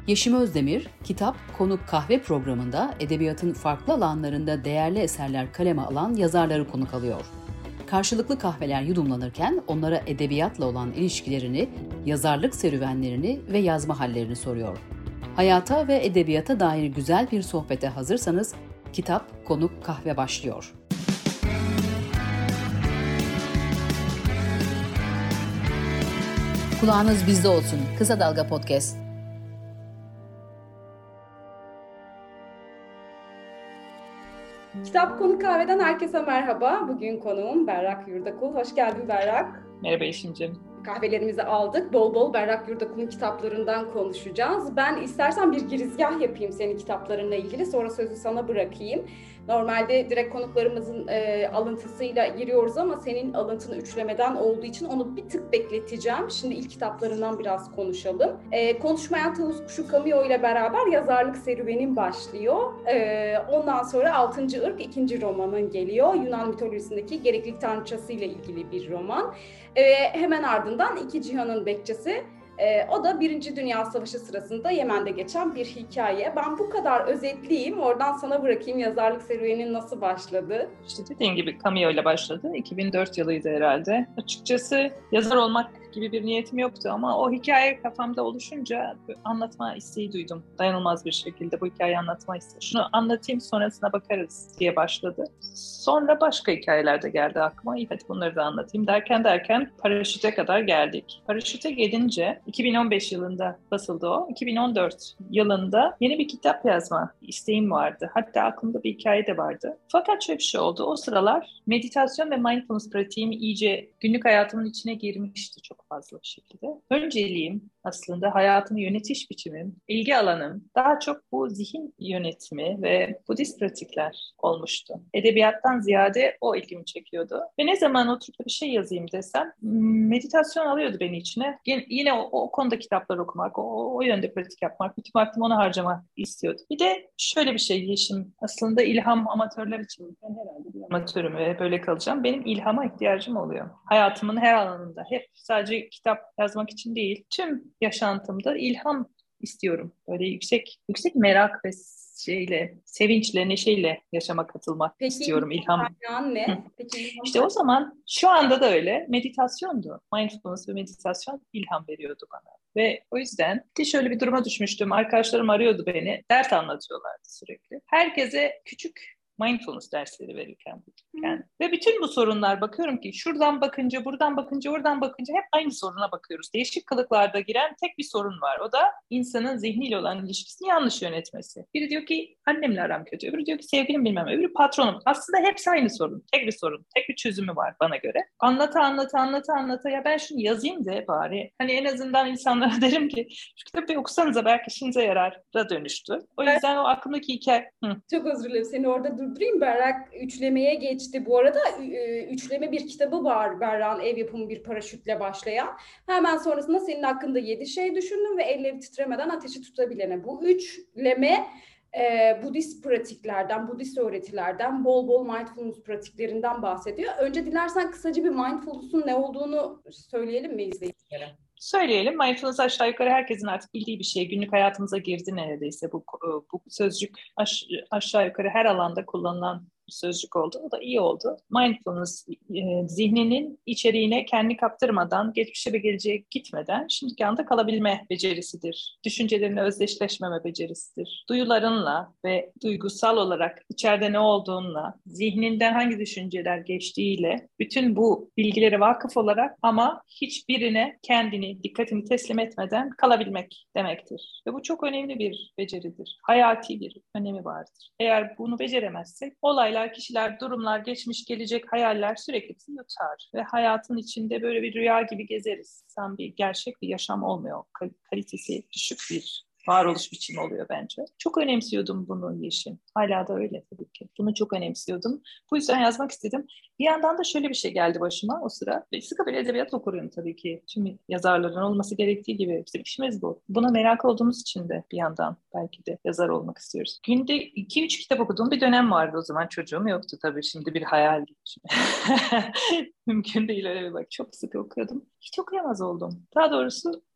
Yeşim Özdemir, Kitap, Konuk, Kahve programında edebiyatın farklı alanlarında değerli eserler kaleme alan yazarları konuk alıyor. Karşılıklı kahveler yudumlanırken onlara edebiyatla olan ilişkilerini, yazarlık serüvenlerini ve yazma hallerini soruyor. Hayata ve edebiyata dair güzel bir sohbete hazırsanız Kitap, Konuk, Kahve başlıyor. Kulağınız bizde olsun. Kısa Dalga Podcast. Kitap Konuk Kahve'den herkese merhaba. Bugün konuğum Berrak Yurdakul. Hoş geldin Berrak. Merhaba Yeşim'ciğim. Kahvelerimizi aldık. Bol bol Berrak Yurdakul'un kitaplarından konuşacağız. Ben istersen bir girizgah yapayım senin kitaplarınla ilgili. Sonra sözü sana bırakayım. Normalde direkt konuklarımızın alıntısıyla giriyoruz ama senin alıntını üçlemeden olduğu için onu bir tık bekleteceğim. Şimdi ilk kitaplarından biraz konuşalım. Konuşmayan Tavus Kuşu Cameo ile beraber yazarlık serüvenin başlıyor. Ondan sonra 6. Irk 2. romanın geliyor. Yunan mitolojisindeki gereklilik tanrıçası ile ilgili bir roman. Hemen ardından İki Cihan'ın Bekçisi. O da Birinci Dünya Savaşı sırasında Yemen'de geçen bir hikaye. Ben bu kadar özetleyeyim, oradan sana bırakayım yazarlık serüvenin nasıl başladı? İşte dediğin gibi Cameo ile başladı. 2004 yılıydı herhalde. Açıkçası yazar olmak gibi bir niyetim yoktu ama o hikaye kafamda oluşunca anlatma isteği duydum. Dayanılmaz bir şekilde bu hikayeyi anlatma isteği. Şunu anlatayım sonrasına bakarız diye başladı. Sonra başka hikayeler de geldi aklıma. İyi hadi bunları da anlatayım derken Paraşüt'e kadar geldik. Paraşüt'e gelince 2015 yılında basıldı o. 2014 yılında yeni bir kitap yazma isteğim vardı. Hatta aklımda bir hikaye de vardı. Fakat şöyle bir şey oldu. O sıralar meditasyon ve mindfulness pratiğim iyice günlük hayatımın içine girmişti çok fazla bir şekilde. Önceliğim aslında hayatımı yönetiş biçimim, ilgi alanım daha çok bu zihin yönetimi ve Budist pratikler olmuştu. Edebiyattan ziyade o ilgimi çekiyordu. Ve ne zaman oturup bir şey yazayım desem meditasyon alıyordu beni içine. Yine o konuda kitaplar okumak, o yönde pratik yapmak, bütün vaktimi ona harcamak istiyordum. Bir de şöyle bir şey Yeşim, aslında ilham amatörler için, ben herhalde bir amatörüm ve böyle kalacağım. Benim ilhama ihtiyacım oluyor. Hayatımın her alanında, hep sadece kitap yazmak için değil, tüm yaşantımda ilham istiyorum. Böyle yüksek merak ve sevinçle, neşeyle yaşama katılmak istiyorum. İlham. Ne? İşte o zaman şu anda da öyle meditasyondu. Mindfulness ve meditasyon ilham veriyordu bana. Ve o yüzden de şöyle bir duruma düşmüştüm. Arkadaşlarım arıyordu beni. Ders anlatıyorlardı sürekli. Herkese küçük mindfulness dersleri verirken ve bütün bu sorunlar bakıyorum ki şuradan bakınca, buradan bakınca, oradan bakınca hep aynı soruna bakıyoruz. Değişik kılıklarda giren tek bir sorun var. O da insanın zihniyle olan ilişkisini yanlış yönetmesi. Biri diyor ki annemle aram kötü, öbürü diyor ki sevgilim bilmem, öbürü patronum. Aslında hepsi aynı sorun. Tek bir sorun, tek bir çözümü var bana göre. Anlata ya ben şunu yazayım de bari. Hani en azından insanlara derim ki şu kitabı okusanıza belki işinize yarar da dönüştü. O yüzden o aklımdaki hikaye... Çok özür dilerim seni orada durdurayım. Berrak üçlemeye geçti. Bu arada üçleme bir kitabı var Berrak'ın ev yapımı bir paraşütle başlayan. Hemen sonrasında senin hakkında 7 şey düşündüm ve elleri titremeden ateşi tutabilene. Bu üçleme Budist pratiklerden, Budist öğretilerden, bol bol mindfulness pratiklerinden bahsediyor. Önce dilersen kısaca bir mindfulness'un ne olduğunu söyleyelim mi izleyicilere? Söyleyelim. Mindfulness aşağı yukarı herkesin artık bildiği bir şey. Günlük hayatımıza girdi neredeyse bu sözcük aşağı yukarı her alanda kullanılan bir sözcük oldu. O da iyi oldu. Mindfulness zihninin içeriğine kendi kaptırmadan, geçmişe ve geleceğe gitmeden şimdiki anda kalabilme becerisidir. Düşüncelerinle özdeşleşmeme becerisidir. Duyularınla ve duygusal olarak içeride ne olduğunla, zihninden hangi düşünceler geçtiğiyle bütün bu bilgilere vakıf olarak ama hiçbirine kendini, dikkatini teslim etmeden kalabilmek demektir. Ve bu çok önemli bir beceridir. Hayati bir önemi vardır. Eğer bunu beceremezsek olaylar, kişiler, durumlar, geçmiş, gelecek, hayaller sürekli bizi yutar. Ve hayatın içinde böyle bir rüya gibi gezeriz. Tam bir gerçek bir yaşam olmuyor. Kalitesi düşük bir varoluş biçimi oluyor bence. Çok önemsiyordum bunu Yeşim. Hala da öyle tabii ki. Bunu çok önemsiyordum. Bu yüzden yazmak istedim. Bir yandan da şöyle bir şey geldi başıma o sıra. Sıkı bir edebiyat okuyorum tabii ki. Tüm yazarların olması gerektiği gibi. Bizim işimiz bu. Buna merak olduğumuz için de bir yandan belki de yazar olmak istiyoruz. Günde 2-3 kitap okuduğum bir dönem vardı o zaman. Çocuğum yoktu tabii. Şimdi bir hayal gibi. Mümkün değil öyle bir bak. Çok sık okuyordum. Hiç okuyamaz oldum. Daha doğrusu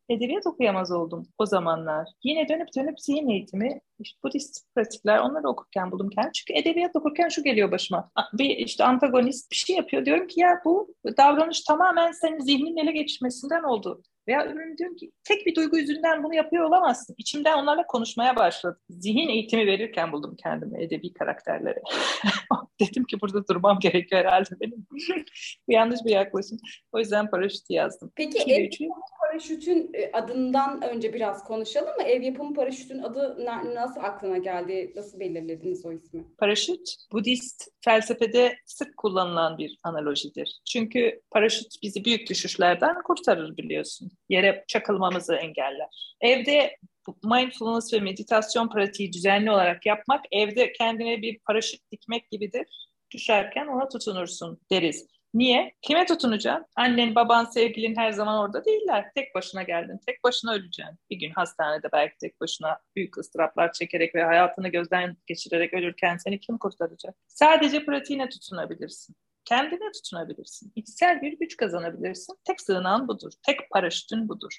edebiyat okuyamaz oldum o zamanlar. Yine dönüp zihin eğitimi, işte Budist pratikler, onları okurken buldum kendimi. Çünkü edebiyat okurken şu geliyor başıma. Bir işte antagonist bir şey yapıyor. Diyorum ki ya bu davranış tamamen senin zihninin ele geçirmesinden oldu. Veya öbürünü diyorum ki tek bir duygu yüzünden bunu yapıyor olamazsın. İçimden onlarla konuşmaya başladım. Zihin eğitimi verirken buldum kendimi edebi karakterlere. Dedim ki burada durmam gerekiyor herhalde benim. Bu yanlış bir yaklaşım. O yüzden paraşütü yazdım. Peki ev yapımı paraşütün adından önce biraz konuşalım mı? Ev yapımı paraşütün adı nasıl aklına geldi? Nasıl belirlediniz o ismi? Paraşüt, Budist felsefede sık kullanılan bir analojidir. Çünkü paraşüt bizi büyük düşüşlerden kurtarır biliyorsun. Yere çakılmamızı engeller. Evde mindfulness ve meditasyon pratiği düzenli olarak yapmak, evde kendine bir paraşüt dikmek gibidir. Düşerken ona tutunursun deriz. Niye? Kime tutunacaksın? Annen, baban, sevgilin her zaman orada değiller. Tek başına geldin, tek başına öleceksin. Bir gün hastanede belki tek başına büyük ıstıraplar çekerek ve hayatını gözden geçirerek ölürken seni kim kurtaracak? Sadece pratiğine tutunabilirsin. Kendine tutunabilirsin. İçsel bir güç kazanabilirsin. Tek sığınağın budur. Tek paraşütün budur.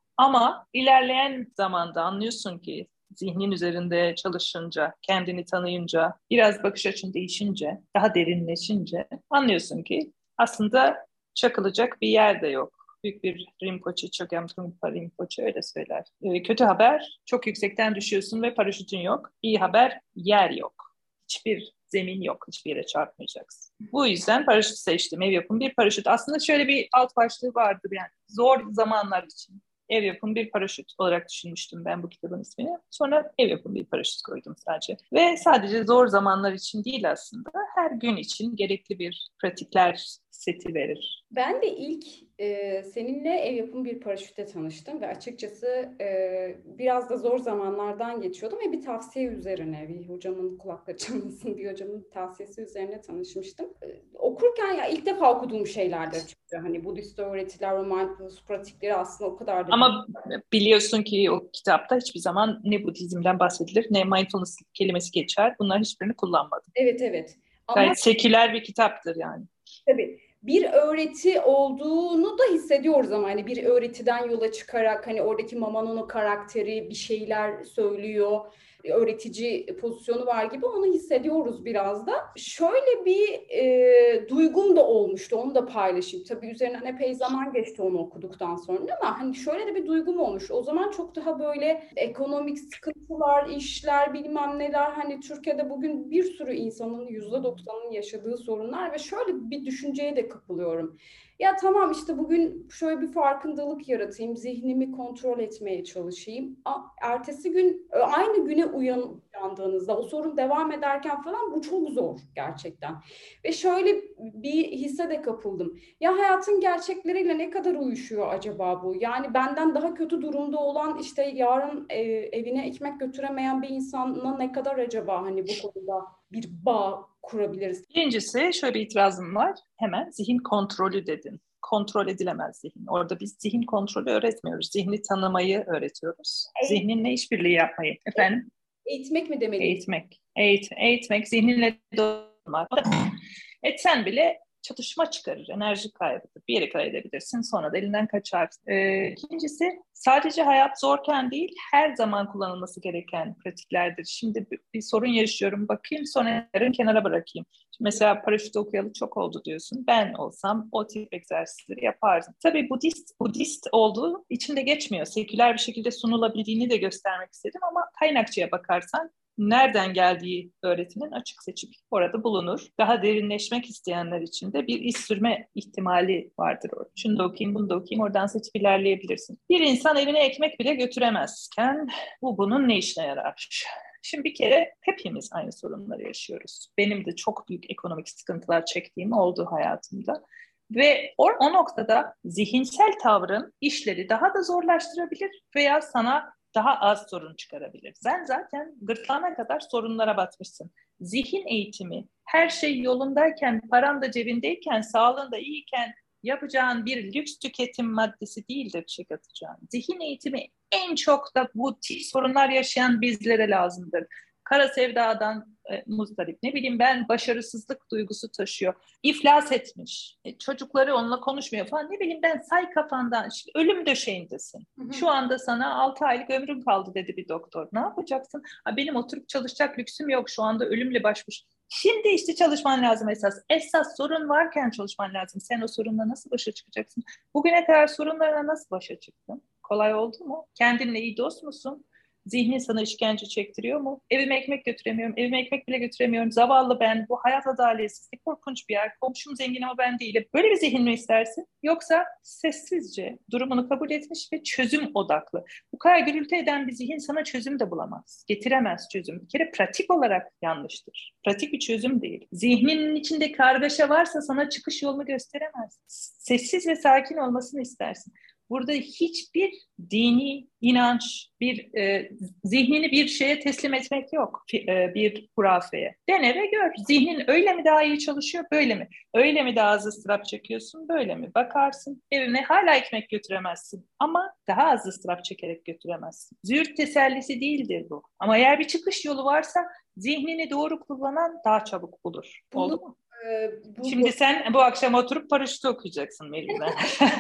Ama ilerleyen zamanda anlıyorsun ki zihnin üzerinde çalışınca, kendini tanıyınca, biraz bakış açın değişince, daha derinleşince anlıyorsun ki aslında çakılacak bir yer de yok. Büyük bir Rinpoche, Chogyam Trungpa Rinpoche öyle söyler. Kötü haber, çok yüksekten düşüyorsun ve paraşütün yok. İyi haber, yer yok. Hiçbir zemin yok, hiçbir yere çarpmayacaksın. Bu yüzden paraşüt seçtim, ev yapımı bir paraşüt. Aslında şöyle bir alt başlığı vardı yani zor zamanlar için. Ev yapımı bir paraşüt olarak düşünmüştüm ben bu kitabın ismini. Sonra ev yapımı bir paraşüt koydum sadece. Ve sadece zor zamanlar için değil aslında, her gün için gerekli bir pratikler seti verir. Ben de ilk seninle ev yapımı bir paraşütle tanıştım ve açıkçası biraz da zor zamanlardan geçiyordum ve bir tavsiye üzerine, bir hocamın kulakları çınlasın, bir hocamın tavsiyesi üzerine tanışmıştım. Okurken ya ilk defa okuduğum şeylerdi açıkçası. Hani Budist öğretiler, o mindfulness pratikleri aslında o kadar da... Ama biliyorsun ki o kitapta hiçbir zaman ne Budizm'den bahsedilir ne mindfulness kelimesi geçer. Bunların hiçbirini kullanmadım. Evet. Ama gayet seküler bir kitaptır yani. Tabii. Bir öğreti olduğunu da hissediyoruz ama hani bir öğretiden yola çıkarak hani oradaki Mamano'nun karakteri bir şeyler söylüyor, öğretici pozisyonu var gibi onu hissediyoruz biraz da. Şöyle bir duygum da olmuştu, onu da paylaşayım. Tabii üzerinden epey zaman geçti onu okuduktan sonra ama hani şöyle de bir duygum olmuş. O zaman çok daha böyle ekonomik sıkıntılar, işler, bilmem neler, hani Türkiye'de bugün bir sürü insanın %90'ının yaşadığı sorunlar ve şöyle bir düşünceye de kapılıyorum. Ya tamam işte bugün şöyle bir farkındalık yaratayım, zihnimi kontrol etmeye çalışayım. Ertesi gün aynı güne uyandığınızda o sorun devam ederken falan bu çok zor gerçekten. Ve şöyle bir hisse de kapıldım. Ya hayatın gerçekleriyle ne kadar uyuşuyor acaba bu? Yani benden daha kötü durumda olan işte yarın evine ekmek götüremeyen bir insana ne kadar acaba hani bu konuda bir bağ kurabiliriz? Birincisi şöyle bir itirazım var. Hemen zihin kontrolü dedin. Kontrol edilemez zihin. Orada biz zihin kontrolü öğretmiyoruz. Zihni tanımayı öğretiyoruz. Zihninle işbirliği yapmayı. Efendim? Eğitmek mi demeliyiz? Eğitmek, zihninle dolmak. Etsen bile çatışma çıkarır, enerji kaybıdır. Bir yere kadar edebilirsin, sonra da elinden kaçar. İkincisi, sadece hayat zorken değil, her zaman kullanılması gereken pratiklerdir. Şimdi bir sorun yaşıyorum, bakayım sonra yarın kenara bırakayım. Şimdi mesela paraşüt okuyalı çok oldu diyorsun. Ben olsam o tip egzersizleri yapardım. Tabii Budist olduğu içinde geçmiyor. Seküler bir şekilde sunulabildiğini de göstermek istedim ama kaynakçıya bakarsan nereden geldiği öğretimin açık seçik orada bulunur. Daha derinleşmek isteyenler için de bir iz sürme ihtimali vardır orada. Şunu da okuyayım, bunu da okuyayım, oradan seçip ilerleyebilirsin. Bir insan evine ekmek bile götüremezken bunun ne işine yarar? Şimdi bir kere hepimiz aynı sorunları yaşıyoruz. Benim de çok büyük ekonomik sıkıntılar çektiğim oldu hayatımda. Ve o noktada zihinsel tavrın işleri daha da zorlaştırabilir veya sana daha az sorun çıkarabilir. Sen zaten gırtlağına kadar sorunlara batmışsın. Zihin eğitimi, her şey yolundayken, paran da cebindeyken, sağlığın da iyiyken yapacağın bir lüks tüketim maddesi değildir çek atacağın. Zihin eğitimi en çok da bu sorunlar yaşayan bizlere lazımdır. Kara sevdadan muzdarip, ne bileyim ben, başarısızlık duygusu taşıyor. İflas etmiş. Çocukları onunla konuşmuyor falan. Ne bileyim ben, say kafandan. İşte ölüm döşeğindesin. Şu anda sana 6 aylık ömrün kaldı dedi bir doktor. Ne yapacaksın? Benim oturup çalışacak lüksüm yok. Şu anda ölümle baş başa. Şimdi işte çalışman lazım esas. Esas sorun varken çalışman lazım. Sen o sorunla nasıl başa çıkacaksın? Bugüne kadar sorunlarla nasıl başa çıktın? Kolay oldu mu? Kendinle iyi dost musun? Zihnin sana işkence çektiriyor mu? Evime ekmek götüremiyorum. Evime ekmek bile götüremiyorum. Zavallı ben. Bu hayat adaletsizlik korkunç bir yer. Komşum zengin ama ben değilim. Böyle bir zihin mi istersin? Yoksa sessizce durumunu kabul etmiş ve çözüm odaklı. Bu kadar gürültü eden bir zihin sana çözüm de bulamaz. Getiremez çözüm. Bir kere pratik olarak yanlıştır. Pratik bir çözüm değil. Zihninin içinde kargaşa varsa sana çıkış yolunu gösteremez. Sessiz ve sakin olmasını istersin. Burada hiçbir dini inanç, zihnini bir şeye teslim etmek yok, bir hurafeye. Dene ve gör. Zihnin öyle mi daha iyi çalışıyor, böyle mi? Öyle mi daha az ıstırap çekiyorsun, böyle mi? Bakarsın, evine hala ekmek götüremezsin ama daha az ıstırap çekerek götüremezsin. Züğürt tesellisi değildir bu. Ama eğer bir çıkış yolu varsa zihnini doğru kullanan daha çabuk bulur. Oldu mu? Şimdi sen bu akşam oturup paraşütü okuyacaksın Melih'le.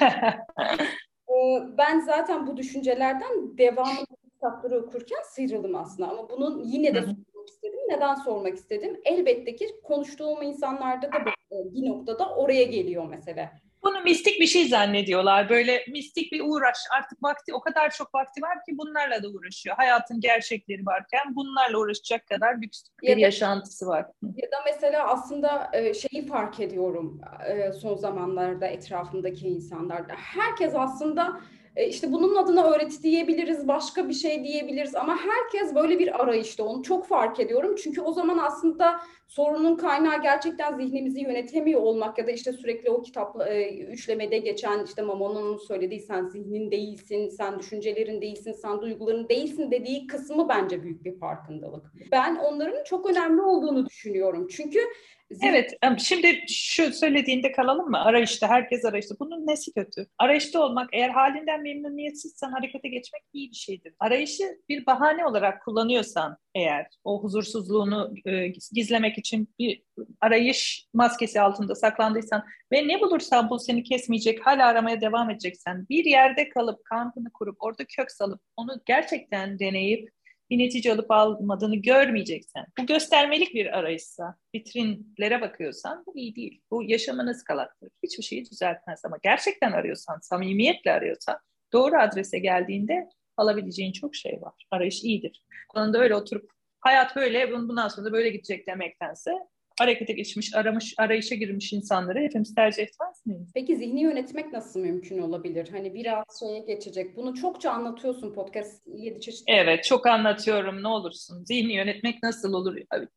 Ben zaten bu düşüncelerden devamlı kitapları okurken sıyrıldım aslında. Ama bunun yine de sormak istedim. Neden sormak istedim? Elbette ki konuştuğum insanlarda da bir noktada oraya geliyor mesele. Bunu mistik bir şey zannediyorlar. Böyle mistik bir uğraş. Artık o kadar çok vakti var ki bunlarla da uğraşıyor. Hayatın gerçekleri varken bunlarla uğraşacak kadar lüks bir yaşantısı var. Ya da mesela aslında şeyi fark ediyorum son zamanlarda etrafımdaki insanlarda. Herkes aslında işte bunun adına öğreti diyebiliriz, başka bir şey diyebiliriz ama herkes böyle bir arayışta. Onu çok fark ediyorum. Çünkü o zaman aslında sorunun kaynağı gerçekten zihnimizi yönetemiyor olmak ya da işte sürekli o kitapla üçlemede geçen işte Mamon'un söylediği sen zihnin değilsin, sen düşüncelerin değilsin, sen duyguların değilsin dediği kısmı bence büyük bir farkındalık. Ben onların çok önemli olduğunu düşünüyorum. Çünkü evet, şimdi şu söylediğinde kalalım mı? Arayışta, herkes arayışta. Bunun nesi kötü? Arayışta olmak, eğer halinden memnuniyetsizsen harekete geçmek iyi bir şeydir. Arayışı bir bahane olarak kullanıyorsan eğer, o huzursuzluğunu gizlemek için bir arayış maskesi altında saklandıysan ve ne bulursan bul seni kesmeyecek, hala aramaya devam edeceksen, bir yerde kalıp, kampını kurup, orada kök salıp, onu gerçekten deneyip, bir netice alıp almadığını görmeyeceksen, bu göstermelik bir arayışsa, vitrinlere bakıyorsan bu iyi değil. Bu yaşamını ıskalattırır. Hiçbir şeyi düzeltmez ama gerçekten arıyorsan, samimiyetle arıyorsan, doğru adrese geldiğinde alabileceğin çok şey var. Arayış iyidir. Konuda öyle oturup hayat böyle, bundan sonra da böyle gidecek demektense harekete geçmiş, arayışa girmiş insanları hepimiz tercih etmez miyiz? Peki zihni yönetmek nasıl mümkün olabilir? Hani biraz şeye geçecek. Bunu çokça anlatıyorsun podcast 7 çeşit. Evet, çok anlatıyorum ne olursun. Zihni yönetmek nasıl olur?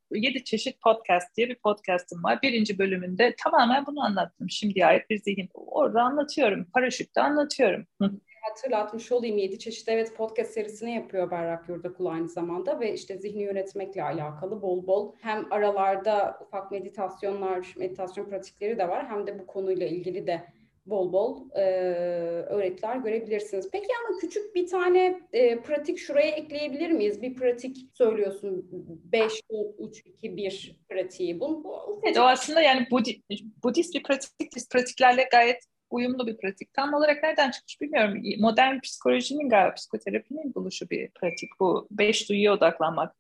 7 çeşit podcast diye bir podcastım var. 1. bölümünde tamamen bunu anlattım. Şimdiye ait bir zihin. Orada anlatıyorum. Paraşütte anlatıyorum. Hatırlatmış olayım, 7 çeşit evet podcast serisini yapıyor Berrak Yurdakul aynı zamanda ve işte zihni yönetmekle alakalı bol bol hem aralarda ufak meditasyon pratikleri de var hem de bu konuyla ilgili de bol bol öğretiler görebilirsiniz. Peki ama küçük bir tane pratik şuraya ekleyebilir miyiz? Bir pratik söylüyorsun 5, 4, 3, 2, 1 pratiği. Evet, o aslında yani Budist bir pratik, pratiklerle gayet uyumlu bir pratik. Tam olarak nereden çıkmış bilmiyorum. Modern psikolojinin galiba psikoterapinin buluşu bir pratik. Bu 5 duyuya odaklanmak.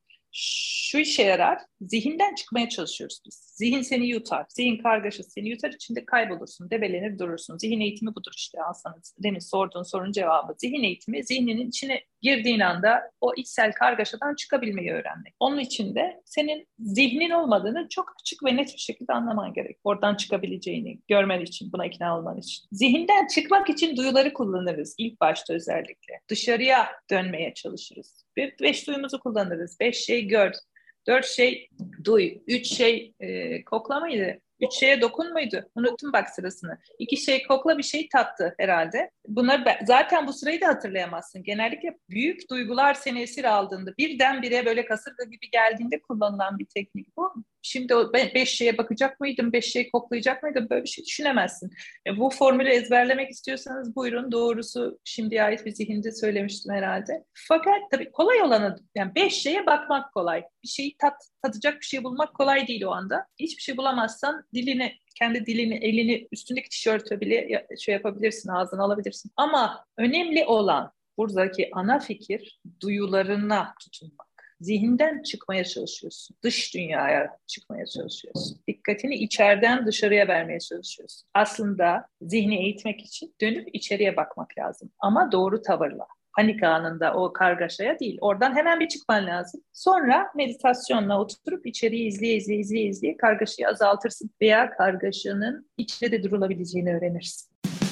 Şu işe yarar. Zihinden çıkmaya çalışıyoruz biz. Zihin seni yutar. Zihin kargaşası seni yutar. İçinde kaybolursun. Debelenir durursun. Zihin eğitimi budur işte. Aslında demin sorduğun sorunun cevabı. Zihin eğitimi zihninin içine girdiğin anda o içsel kargaşadan çıkabilmeyi öğrenmek. Onun için de senin zihnin olmadığını çok açık ve net bir şekilde anlaman gerek. Oradan çıkabileceğini görmen için, buna ikna olman için. Zihinden çıkmak için duyuları kullanırız ilk başta özellikle. Dışarıya dönmeye çalışırız. 5 duyumuzu kullanırız. 5 şey gör, 4 şey duy, 3 şey kokla mıydı? 3 şeye dokun muydu? Unuttum bak sırasını. 2 şey kokla, bir şey tattı herhalde. Bunları zaten bu sırayı da hatırlayamazsın. Genellikle büyük duygular seni esir aldığında, birdenbire böyle kasırga gibi geldiğinde kullanılan bir teknik bu. Şimdi o 5 şeye bakacak mıydım, 5 şeyi koklayacak mıydım? Böyle bir şey düşünemezsin. Bu formülü ezberlemek istiyorsanız buyurun, doğrusu şimdiye ait bir zihinde söylemiştim herhalde. Fakat tabii kolay olanı, yani 5 şeye bakmak kolay. Bir şeyi tadacak bir şey bulmak kolay değil o anda. Hiçbir şey bulamazsan kendi dilini, elini, üstündeki tişörtü bile şey yapabilirsin, ağzına alabilirsin. Ama önemli olan Buradaki ana fikir duyularına tutunmak. Zihinden çıkmaya çalışıyorsun. Dış dünyaya çıkmaya çalışıyorsun. Dikkatini içeriden dışarıya vermeye çalışıyorsun. Aslında zihni eğitmek için dönüp içeriye bakmak lazım. Ama doğru tavırla. Panik anında o kargaşaya değil. Oradan hemen bir çıkman lazım. Sonra meditasyonla oturup içeriği izleye kargaşayı azaltırsın. Veya kargaşanın içinde de durulabileceğini öğrenirsin.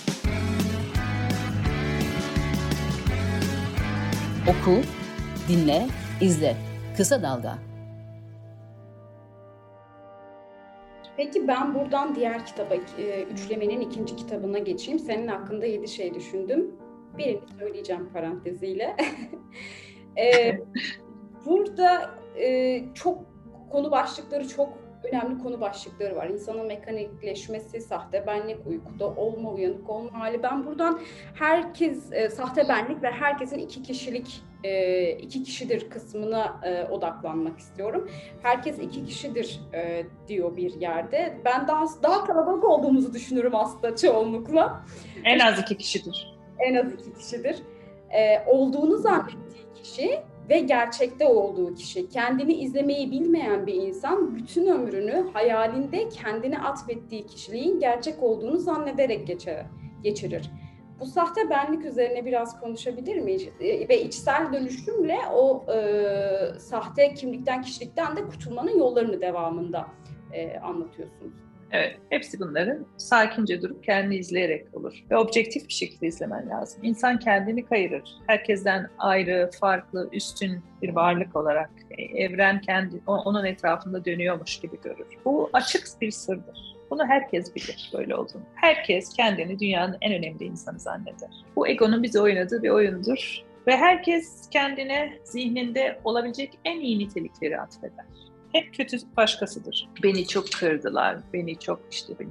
Oku, dinle, izle. Kısa Dalga. Peki ben buradan diğer kitaba, üçlemenin ikinci kitabına geçeyim. Senin hakkında 7 şey düşündüm. Birini söyleyeceğim paranteziyle. Burada çok konu başlıkları, çok önemli konu başlıkları var. İnsanın mekanikleşmesi, sahte benlik, uykuda olma, uyanık olma hali. Ben buradan herkes sahte benlik ve herkesin iki kişidir kısmına odaklanmak istiyorum. Herkes iki kişidir diyor bir yerde. Ben daha kalabalık olduğumuzu düşünürüm aslında çoğunlukla. En az 2 kişidir. En az 2 kişidir. Olduğunu zannettiği kişi ve gerçekte olduğu kişi. Kendini izlemeyi bilmeyen bir insan bütün ömrünü hayalinde kendine atfettiği kişiliğin gerçek olduğunu zannederek geçirir. Bu sahte benlik üzerine biraz konuşabilir miyiz? Ve içsel dönüşümle o sahte kimlikten, kişilikten de kurtulmanın yollarını devamında anlatıyorsunuz. Evet, hepsi bunların sakince durup kendini izleyerek olur. Ve objektif bir şekilde izlemen lazım. İnsan kendini kayırır. Herkesten ayrı, farklı, üstün bir varlık olarak evren onun etrafında dönüyormuş gibi görür. Bu açık bir sırdır. Bunu herkes bilir böyle olduğunu. Herkes kendini dünyanın en önemli insanı zanneder. Bu egonun bize oynadığı bir oyundur. Ve herkes kendine zihninde olabilecek en iyi nitelikleri atfeder. Hep kötü başkasıdır. Beni çok kırdılar, beni çok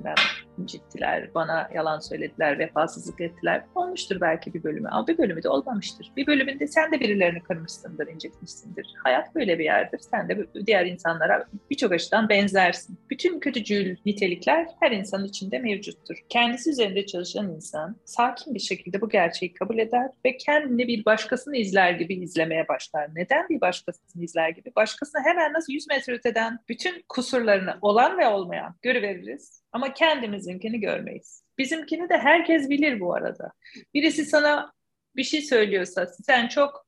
incittiler, bana yalan söylediler, vefasızlık ettiler. Olmuştur belki bir bölümü ama bir bölümü de olmamıştır. Bir bölümünde sen de birilerini kırmışsındır, incitmişsindir. Hayat böyle bir yerdir. Sen de diğer insanlara birçok açıdan benzersin. Bütün kötücül nitelikler her insanın içinde mevcuttur. Kendisi üzerinde çalışan insan sakin bir şekilde bu gerçeği kabul eder ve kendini bir başkasını izler gibi izlemeye başlar. Neden bir başkasını izler gibi? Başkasına hemen nasıl 100 metre öteden bütün kusurlarını olan ve olmayan görüveririz ama kendimizinkini görmeyiz. Bizimkini de herkes bilir bu arada. Birisi sana bir şey söylüyorsa sen çok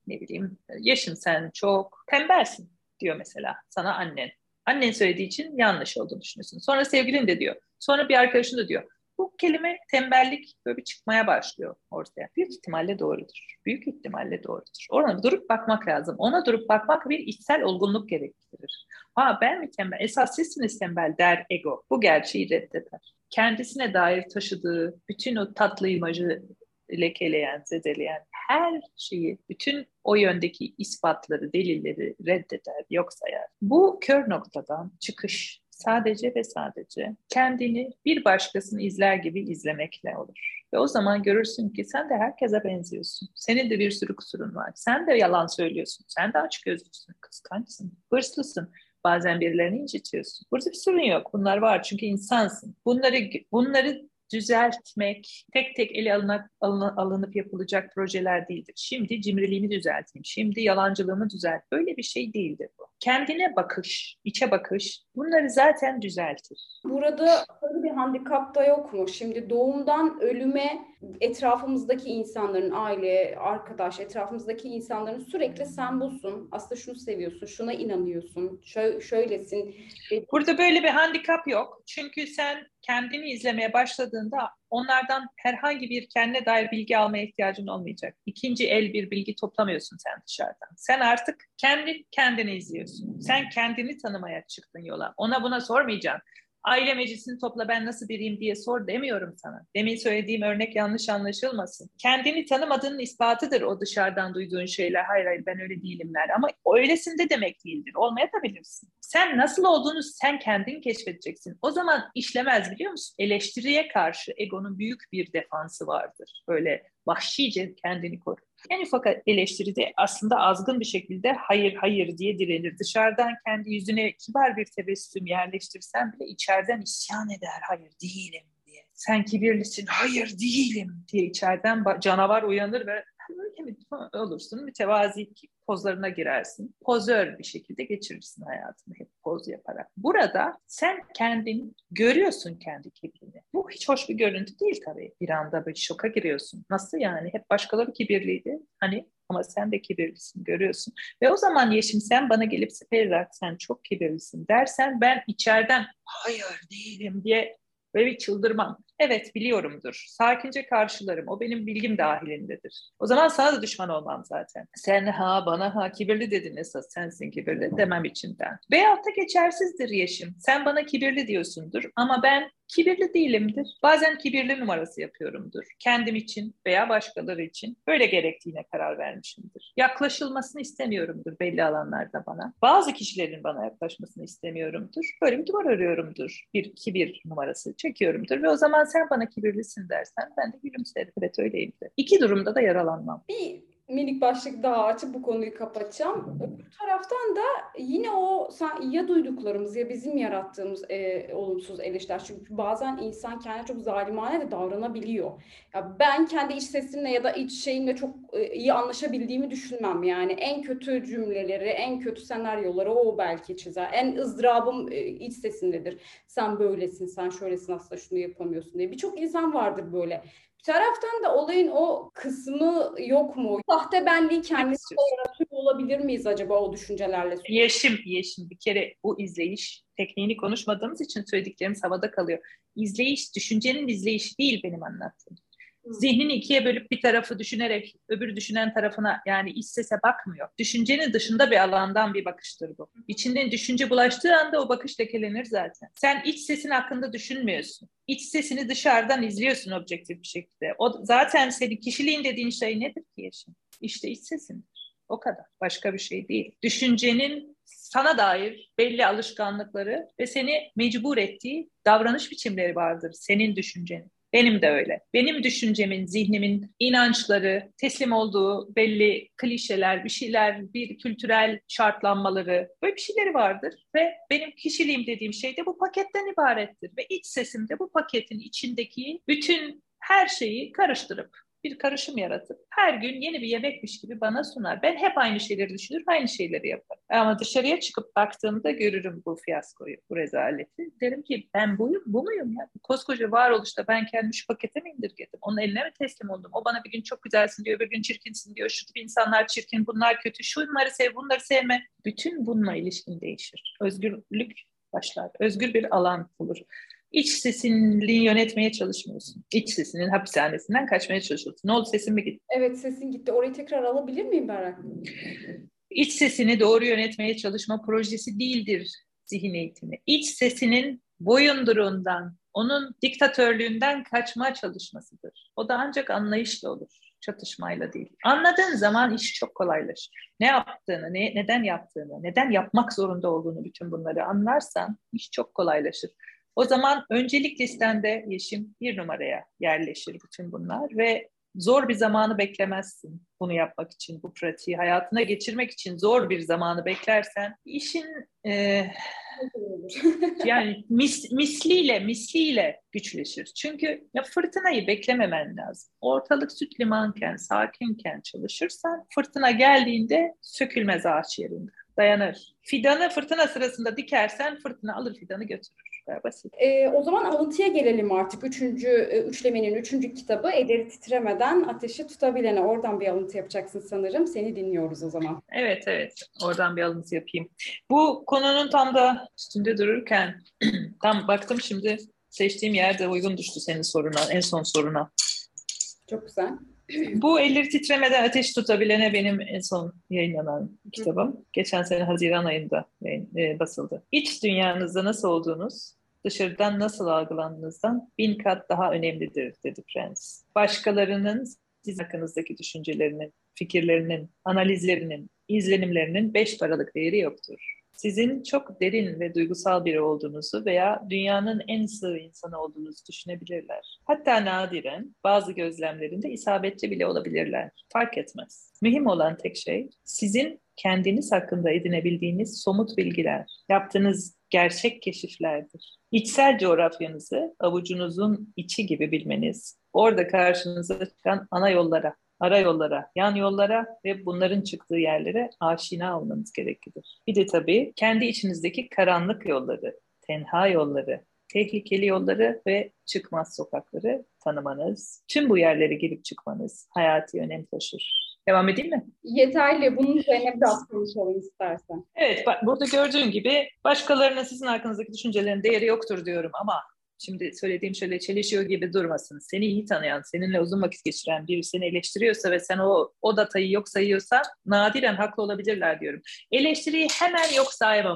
Yeşim sen çok tembelsin diyor mesela sana annen. Annen söylediği için yanlış olduğunu düşünüyorsun. Sonra sevgilin de diyor. Sonra bir arkadaşın da diyor. Bu kelime tembellik böyle bir çıkmaya başlıyor ortaya. Büyük ihtimalle doğrudur. Büyük ihtimalle doğrudur. Ona durup bakmak lazım. Ona durup bakmak bir içsel olgunluk gerektirir. Ben mi tembel? Esas sizsiniz tembel der ego. Bu gerçeği reddeder. Kendisine dair taşıdığı bütün o tatlı imajı lekeleyen, zedeleyen her şeyi, bütün o yöndeki ispatları, delilleri reddeder, yok sayar. Bu kör noktadan çıkış sadece ve sadece kendini bir başkasını izler gibi izlemekle olur. Ve o zaman görürsün ki sen de herkese benziyorsun. Senin de bir sürü kusurun var. Sen de yalan söylüyorsun. Sen de açgözlüsün, kıskançsın, hırslısın. Bazen birilerini incitiyorsun. Burada bir sorun yok. Bunlar var çünkü insansın. Bunları düzeltmek tek tek ele alınıp yapılacak projeler değildir. Şimdi cimriliğimi düzelteyim, şimdi yalancılığımı düzelt. Böyle bir şey değildir bu. Kendine bakış, içe bakış bunları zaten düzeltir. Burada böyle bir handikap da yok mu? Şimdi doğumdan ölüme etrafımızdaki insanların, aile, arkadaş, etrafımızdaki insanların sürekli sen busun, aslında şunu seviyorsun, şuna inanıyorsun, şöylesin. Burada böyle bir handikap yok. Çünkü sen kendini izlemeye başladığında onlardan herhangi bir kendine dair bilgi almaya ihtiyacın olmayacak. İkinci el bir bilgi toplamıyorsun sen dışarıdan. Sen artık kendini izliyorsun. Sen kendini tanımaya çıktın yola. Ona buna sormayacaksın. Aile meclisini topla ben nasıl biriyim diye sor demiyorum sana. Demin söylediğim örnek yanlış anlaşılmasın. Kendini tanımadığının ispatıdır o dışarıdan duyduğun şeyler. Hayır ben öyle değilimler ama öylesinde demek değildir. Olmayabilirsin. Sen nasıl olduğunu sen kendin keşfedeceksin. O zaman işlemez biliyor musun? Eleştiriye karşı egonun büyük bir defansı vardır. Böyle vahşice kendini korur. En ufak eleştiride aslında azgın bir şekilde hayır diye direnir. Dışarıdan kendi yüzüne kibar bir tebessüm yerleştirsen bile içeriden isyan eder. Hayır değilim diye. Sen kibirlisin. Hayır değilim diye içeriden canavar uyanır ve olursun, mütevazi pozlarına girersin. Pozör bir şekilde geçirirsin hayatını hep poz yaparak. Burada sen kendini görüyorsun, kendi kibrini. Bu hiç hoş bir görüntü değil tabii. Bir anda bir şoka giriyorsun. Nasıl yani? Hep başkaları kibirliydi. Hani ama sen de kibirlisin, görüyorsun. Ve o zaman Yeşim, sen bana gelip Berrak sen çok kibirlisin dersen, ben içeriden hayır değilim diye böyle bir çıldırmam. Evet, biliyorumdur. Sakince karşılarım. O benim bilgim dahilindedir. O zaman sana da düşman olmam zaten. Sen bana kibirli dedin, esas sensin kibirli demem içinden. Veyahut da geçersizdir Yeşim. Sen bana kibirli diyorsundur ama ben kibirli değilimdir. Bazen kibirli numarası yapıyorumdur. Kendim için veya başkaları için böyle gerektiğine karar vermişimdir. Yaklaşılmasını istemiyorumdur belli alanlarda bana. Bazı kişilerin bana yaklaşmasını istemiyorumdur. Böyle bir duvar örüyorumdur. Bir kibir numarası çekiyorumdur ve o zaman sen bana kibirlisin dersen ben de gülümserim. Evet, öyleyimdir. İki durumda da yaralanmam. Bir minik başlık daha açıp bu konuyu kapatacağım. Öbür taraftan da yine o ya duyduklarımız ya bizim yarattığımız olumsuz eleştiriler. Çünkü bazen insan kendine çok zalimane de davranabiliyor. Ya ben kendi iç sesimle ya da iç şeyimle çok iyi anlaşabildiğimi düşünmem. Yani en kötü cümleleri, en kötü senaryoları o belki çizer. En ızdırabım iç sesindedir. Sen böylesin, sen şöylesin, aslında şunu yapamıyorsun diye. Birçok insan vardır böyle. Bir taraftan da olayın o kısmı yok mu? Sahte benliği kendimizde yaratıyor olabilir miyiz acaba o düşüncelerle? Yeşim bir kere bu izleyiş tekniğini konuşmadığımız için söylediklerimiz havada kalıyor. İzleyiş, düşüncenin izleyişi değil benim anlattığım. Zihnini ikiye bölüp bir tarafı düşünerek öbür düşünen tarafına, yani iç sese bakmıyor. Düşüncenin dışında bir alandan bir bakıştır bu. İçinden düşünce bulaştığı anda o bakış lekelenir zaten. Sen iç sesin hakkında düşünmüyorsun. İç sesini dışarıdan izliyorsun objektif bir şekilde. O zaten senin kişiliğin dediğin şey nedir ki Yeşim? İşte iç sesindir. O kadar. Başka bir şey değil. Düşüncenin sana dair belli alışkanlıkları ve seni mecbur ettiği davranış biçimleri vardır senin düşüncenin. Benim de öyle. Benim düşüncemin, zihnimin inançları, teslim olduğu belli klişeler, bir şeyler, bir kültürel şartlanmaları, böyle bir şeyleri vardır. Ve benim kişiliğim dediğim şey de bu paketten ibarettir. Ve iç sesim de bu paketin içindeki bütün her şeyi karıştırıp, bir karışım yaratıp her gün yeni bir yemekmiş gibi bana sunar. Ben hep aynı şeyleri düşünür, aynı şeyleri yaparım. Ama dışarıya çıkıp baktığımda görürüm bu fiyaskoyu, bu rezaleti. Derim ki ben bu muyum ya? Koskoca varoluşta ben kendimi şu pakete mi indirgedim? Onun eline mi teslim oldum? O bana bir gün çok güzelsin diyor, bir gün çirkinsin diyor. Şu tip insanlar çirkin, bunlar kötü, şunları sev, bunları sevme. Bütün bununla ilişkin değişir. Özgürlük başlar. Özgür bir alan olur. İç sesini yönetmeye çalışmıyorsun. İç sesinin hapishanesinden kaçmaya çalışıyorsun. Ne oldu, sesin mi gitti? Evet, sesin gitti. Orayı tekrar alabilir miyim Berrak? İç sesini doğru yönetmeye çalışma projesi değildir zihin eğitimi. İç sesinin boyunduruğundan, onun diktatörlüğünden kaçma çalışmasıdır. O da ancak anlayışla olur, çatışmayla değil. Anladığın zaman iş çok kolaylaşır. Ne yaptığını, neden yaptığını, neden yapmak zorunda olduğunu, bütün bunları anlarsan iş çok kolaylaşır. O zaman öncelik listende Yeşim 1 numaraya yerleşir bütün bunlar ve zor bir zamanı beklemezsin bunu yapmak için, bu pratiği hayatına geçirmek için zor bir zamanı beklersen işin yani misliyle güçleşir. Çünkü ya fırtınayı beklememen lazım. Ortalık süt limanken, sakinken çalışırsan fırtına geldiğinde sökülmez ağaç yerinde. Dayanır. Fidanı fırtına sırasında dikersen fırtına alır fidanı götürür. Basit. O zaman alıntıya gelelim artık. Üçlemenin 3. kitabı Elleri Titremeden Ateşi Tutabilene. Oradan bir alıntı yapacaksın sanırım. Seni dinliyoruz o zaman. Evet. Oradan bir alıntı yapayım. Bu konunun tam da üstünde dururken tam baktım şimdi, seçtiğim yerde uygun düştü senin soruna, en son soruna. Çok güzel. Bu Elleri Titremeden Ateş Tutabilene benim en son yayınlanan kitabım. Geçen sene Haziran ayında basıldı. İç dünyanızda nasıl olduğunuz, dışarıdan nasıl algılandığınızdan 1000 kat daha önemlidir dedi Prens. Başkalarının siz hakkınızdaki düşüncelerinin, fikirlerinin, analizlerinin, izlenimlerinin 5 paralık değeri yoktur. Sizin çok derin ve duygusal biri olduğunuzu veya dünyanın en sığ insanı olduğunuzu düşünebilirler. Hatta nadiren bazı gözlemlerinde isabetli bile olabilirler. Fark etmez. Mühim olan tek şey sizin kendiniz hakkında edinebildiğiniz somut bilgiler, yaptığınız gerçek keşiflerdir. İçsel coğrafyanızı avucunuzun içi gibi bilmeniz, orada karşınıza çıkan ana yollara ara yollara, yan yollara ve bunların çıktığı yerlere aşina olmanız gereklidir. Bir de tabii kendi içinizdeki karanlık yolları, tenha yolları, tehlikeli yolları ve çıkmaz sokakları tanımanız, tüm bu yerlere girip çıkmanız hayati önem taşır. Devam edeyim mi? Yeterli. Bunun üzerine biraz konuşalım istersen. Evet, burada gördüğün gibi başkalarının sizin hakkınızdaki düşüncelerin değeri yoktur diyorum ama şimdi söylediğim şöyle çelişiyor gibi durmasın. Seni iyi tanıyan, seninle uzun vakit geçiren biri seni eleştiriyorsa ve sen o datayı yok sayıyorsan nadiren haklı olabilirler diyorum. Eleştiriyi hemen yok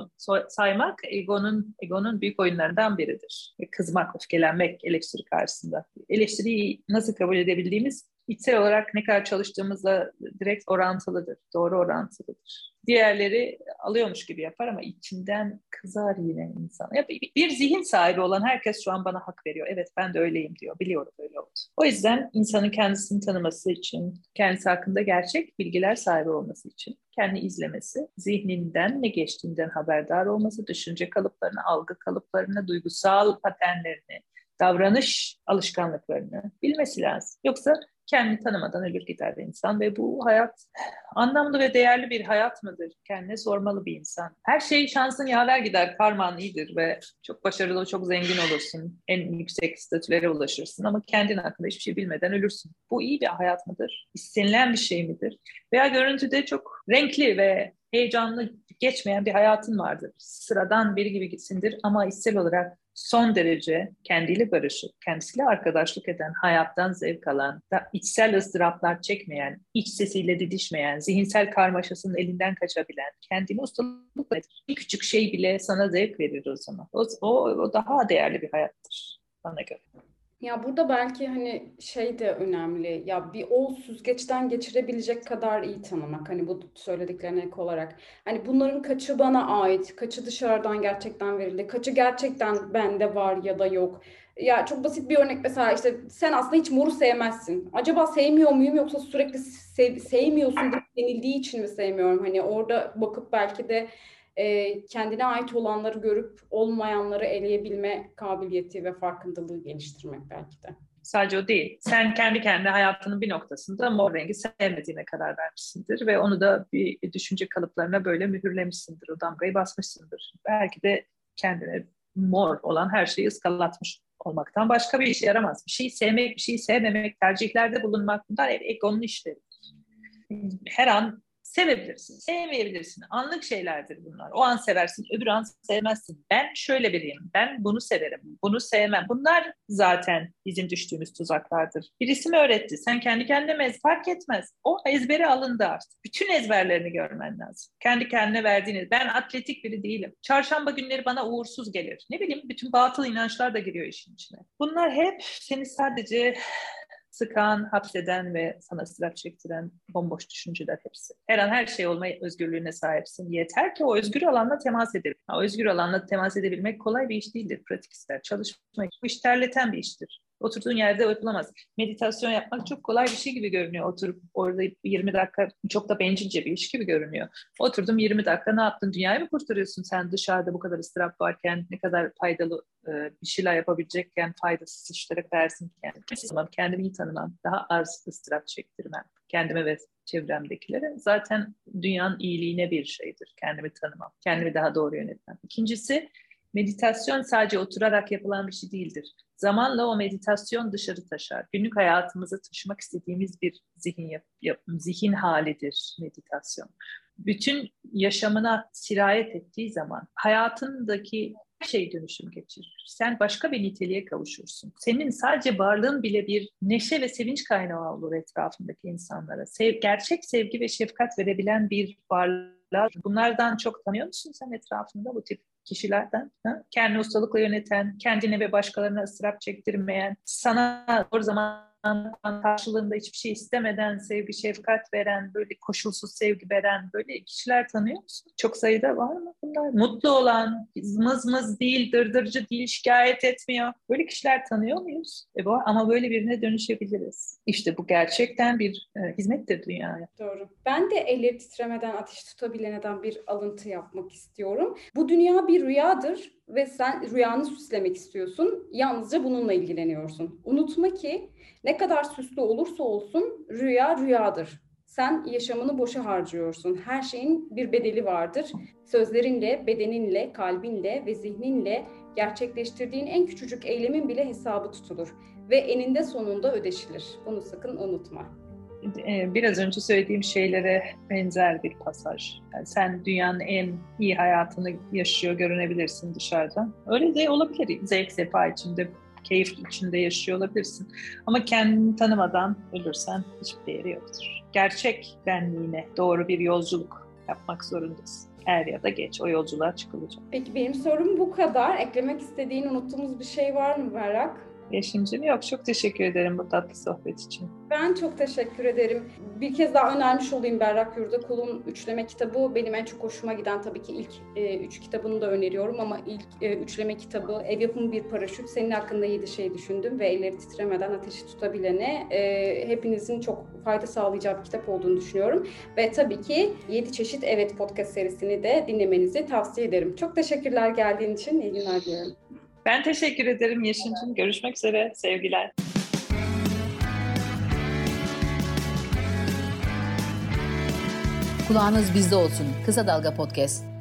saymak egonun büyük oyunlarından biridir. Kızmak, öfkelenmek eleştiri karşısında. Eleştiriyi nasıl kabul edebildiğimiz içsel olarak ne kadar çalıştığımızla direkt orantılıdır, doğru orantılıdır. Diğerleri alıyormuş gibi yapar ama içinden kızar yine insan. Bir zihin sahibi olan herkes şu an bana hak veriyor. Evet ben de öyleyim diyor. Biliyorum öyle oldu. O yüzden insanın kendisini tanıması için, kendisi hakkında gerçek bilgiler sahibi olması için kendini izlemesi, zihninden ne geçtiğinden haberdar olması, düşünce kalıplarını, algı kalıplarını, duygusal paternlerini, davranış alışkanlıklarını bilmesi lazım. Yoksa kendini tanımadan ölür gider insan ve bu hayat anlamlı ve değerli bir hayat mıdır? Kendine sormalı bir insan. Her şey şansın yaver gider, karman iyidir ve çok başarılı, çok zengin olursun. En yüksek statülere ulaşırsın ama kendin hakkında hiçbir şey bilmeden ölürsün. Bu iyi bir hayat mıdır? İstenilen bir şey midir? Veya görüntüde çok renkli ve heyecanlı geçmeyen bir hayatın vardır. Sıradan biri gibi gitsindir ama içsel olarak son derece kendiyle barışık, kendisiyle arkadaşlık eden, hayattan zevk alan, içsel ıstıraplar çekmeyen, iç sesiyle didişmeyen, zihinsel karmaşasının elinden kaçabilen, kendini ustalıkla bir küçük şey bile sana zevk verir o zaman. O daha değerli bir hayattır bana göre. Ya burada belki hani şey de önemli. Ya bir o süzgeçten geçirebilecek kadar iyi tanımak. Hani bu söylediklerine ek olarak. Hani bunların kaçı bana ait, kaçı dışarıdan gerçekten verildi, kaçı gerçekten bende var ya da yok. Ya çok basit bir örnek mesela işte sen aslında hiç moru sevmezsin. Acaba sevmiyor muyum yoksa sürekli sevmiyorsun denildiği için mi sevmiyorum? Hani orada bakıp belki de kendine ait olanları görüp olmayanları eleyebilme kabiliyeti ve farkındalığı geliştirmek belki de. Sadece o değil. Sen kendi kendine hayatının bir noktasında mor rengi sevmediğine karar vermişsindir ve onu da bir düşünce kalıplarına böyle mühürlemişsindir. O damgayı basmışsındır. Belki de kendine mor olan her şeyi ıskalatmış olmaktan başka bir işe yaramaz. Bir şeyi sevmek, bir şeyi sevmemek, tercihlerde bulunmak bunlar egonun işleri. Her an sevebilirsin, sevmeyebilirsin. Anlık şeylerdir bunlar. O an seversin, öbür an sevmezsin. Ben şöyle biriyim, ben bunu severim, bunu sevmem. Bunlar zaten bizim düştüğümüz tuzaklardır. Birisi mi öğretti? Sen kendi kendine fark etmez. O ezbere alındı artık. Bütün ezberlerini görmen lazım. Kendi kendine verdiğiniz. Ben atletik biri değilim. Çarşamba günleri bana uğursuz gelir. Ne bileyim, bütün batıl inançlar da giriyor işin içine. Bunlar hep seni sadece sıkan, hapseden ve sana ıstırap çektiren bomboş düşünceler hepsi. Her an her şey olma özgürlüğüne sahipsin. Yeter ki o özgür alanla temas edelim. O özgür alanla temas edebilmek kolay bir iş değildir. Pratik ister, çalışmak. Bu iş terleten bir iştir. Oturduğun yerde yapılamaz. Meditasyon yapmak çok kolay bir şey gibi görünüyor. Oturup orada 20 dakika çok da bencilce bir iş gibi görünüyor. Oturdum 20 dakika ne yaptın? Dünyayı mı kurtarıyorsun sen dışarıda bu kadar ıstırap varken, ne kadar faydalı bir şeyler yapabilecekken faydasız işlere versin kendimi. Kendimi iyi tanımam. Daha az ıstırap çektirmem. Kendime ve çevremdekilere. Zaten dünyanın iyiliğine bir şeydir. Kendimi tanımam. Kendimi daha doğru yönetmem. İkincisi, meditasyon sadece oturarak yapılan bir şey değildir. Zamanla o meditasyon dışarı taşar. Günlük hayatımıza taşımak istediğimiz bir zihin halidir meditasyon. Bütün yaşamına sirayet ettiği zaman hayatındaki her şey dönüşüm geçirir. Sen başka bir niteliğe kavuşursun. Senin sadece varlığın bile bir neşe ve sevinç kaynağı olur etrafındaki insanlara. Gerçek sevgi ve şefkat verebilen bir varlığa. Bunlardan çok tanıyor musun sen etrafında bu tip kişilerden? Ha? Kendini ustalıkla yöneten, kendine ve başkalarına ıstırap çektirmeyen, sana o zaman karşılığında hiçbir şey istemeden sevgi, şefkat veren, böyle koşulsuz sevgi veren böyle kişiler tanıyor musun? Çok sayıda var mı bunlar? Mutlu olan, mız değil, dırdırcı değil, şikayet etmiyor. Böyle kişiler tanıyor muyuz? Ama böyle birine İşte bu gerçekten bir hizmettir dünyaya. Doğru. Ben de elleri titremeden ateş tutabilirim Selena'dan bir alıntı yapmak istiyorum. Bu dünya bir rüyadır ve sen rüyanı süslemek istiyorsun. Yalnızca bununla ilgileniyorsun. Unutma ki ne kadar süslü olursa olsun rüya rüyadır. Sen yaşamını boşa harcıyorsun. Her şeyin bir bedeli vardır. Sözlerinle, bedeninle, kalbinle ve zihninle gerçekleştirdiğin en küçücük eylemin bile hesabı tutulur. Ve eninde sonunda ödeşilir. Bunu sakın unutma. Biraz önce söylediğim şeylere benzer bir pasaj. Yani sen dünyanın en iyi hayatını yaşıyor görünebilirsin dışarıdan. Öyle de olabilir. Zevk sefa içinde, keyif içinde yaşıyor olabilirsin. Ama kendini tanımadan ölürsen hiçbir değeri yoktur. Gerçek benliğine doğru bir yolculuk yapmak zorundasın. Er ya da geç o yolculuğa çıkılacak. Peki benim sorum bu kadar. Eklemek istediğin, unuttuğumuz bir şey var mı Berrak? Yeşimciğim yok. Çok teşekkür ederim bu tatlı sohbet için. Ben çok teşekkür ederim. Bir kez daha önermiş olayım Berrak Yurdakul'un üçleme kitabı. Benim en çok hoşuma giden tabii ki ilk 3 kitabını da öneriyorum ama ilk üçleme kitabı Ev Yapımı Bir Paraşüt. Senin hakkında 7 şey düşündüm ve elleri titremeden ateşi tutabilene hepinizin çok fayda sağlayacağı bir kitap olduğunu düşünüyorum. Ve tabii ki 7 Çeşit Evet podcast serisini de dinlemenizi tavsiye ederim. Çok teşekkürler geldiğin için. İyi günler diliyorum. Ben teşekkür ederim Yeşimciğim. Görüşmek üzere. Sevgiler. Kulağınız bizde olsun. Kısa Dalga Podcast.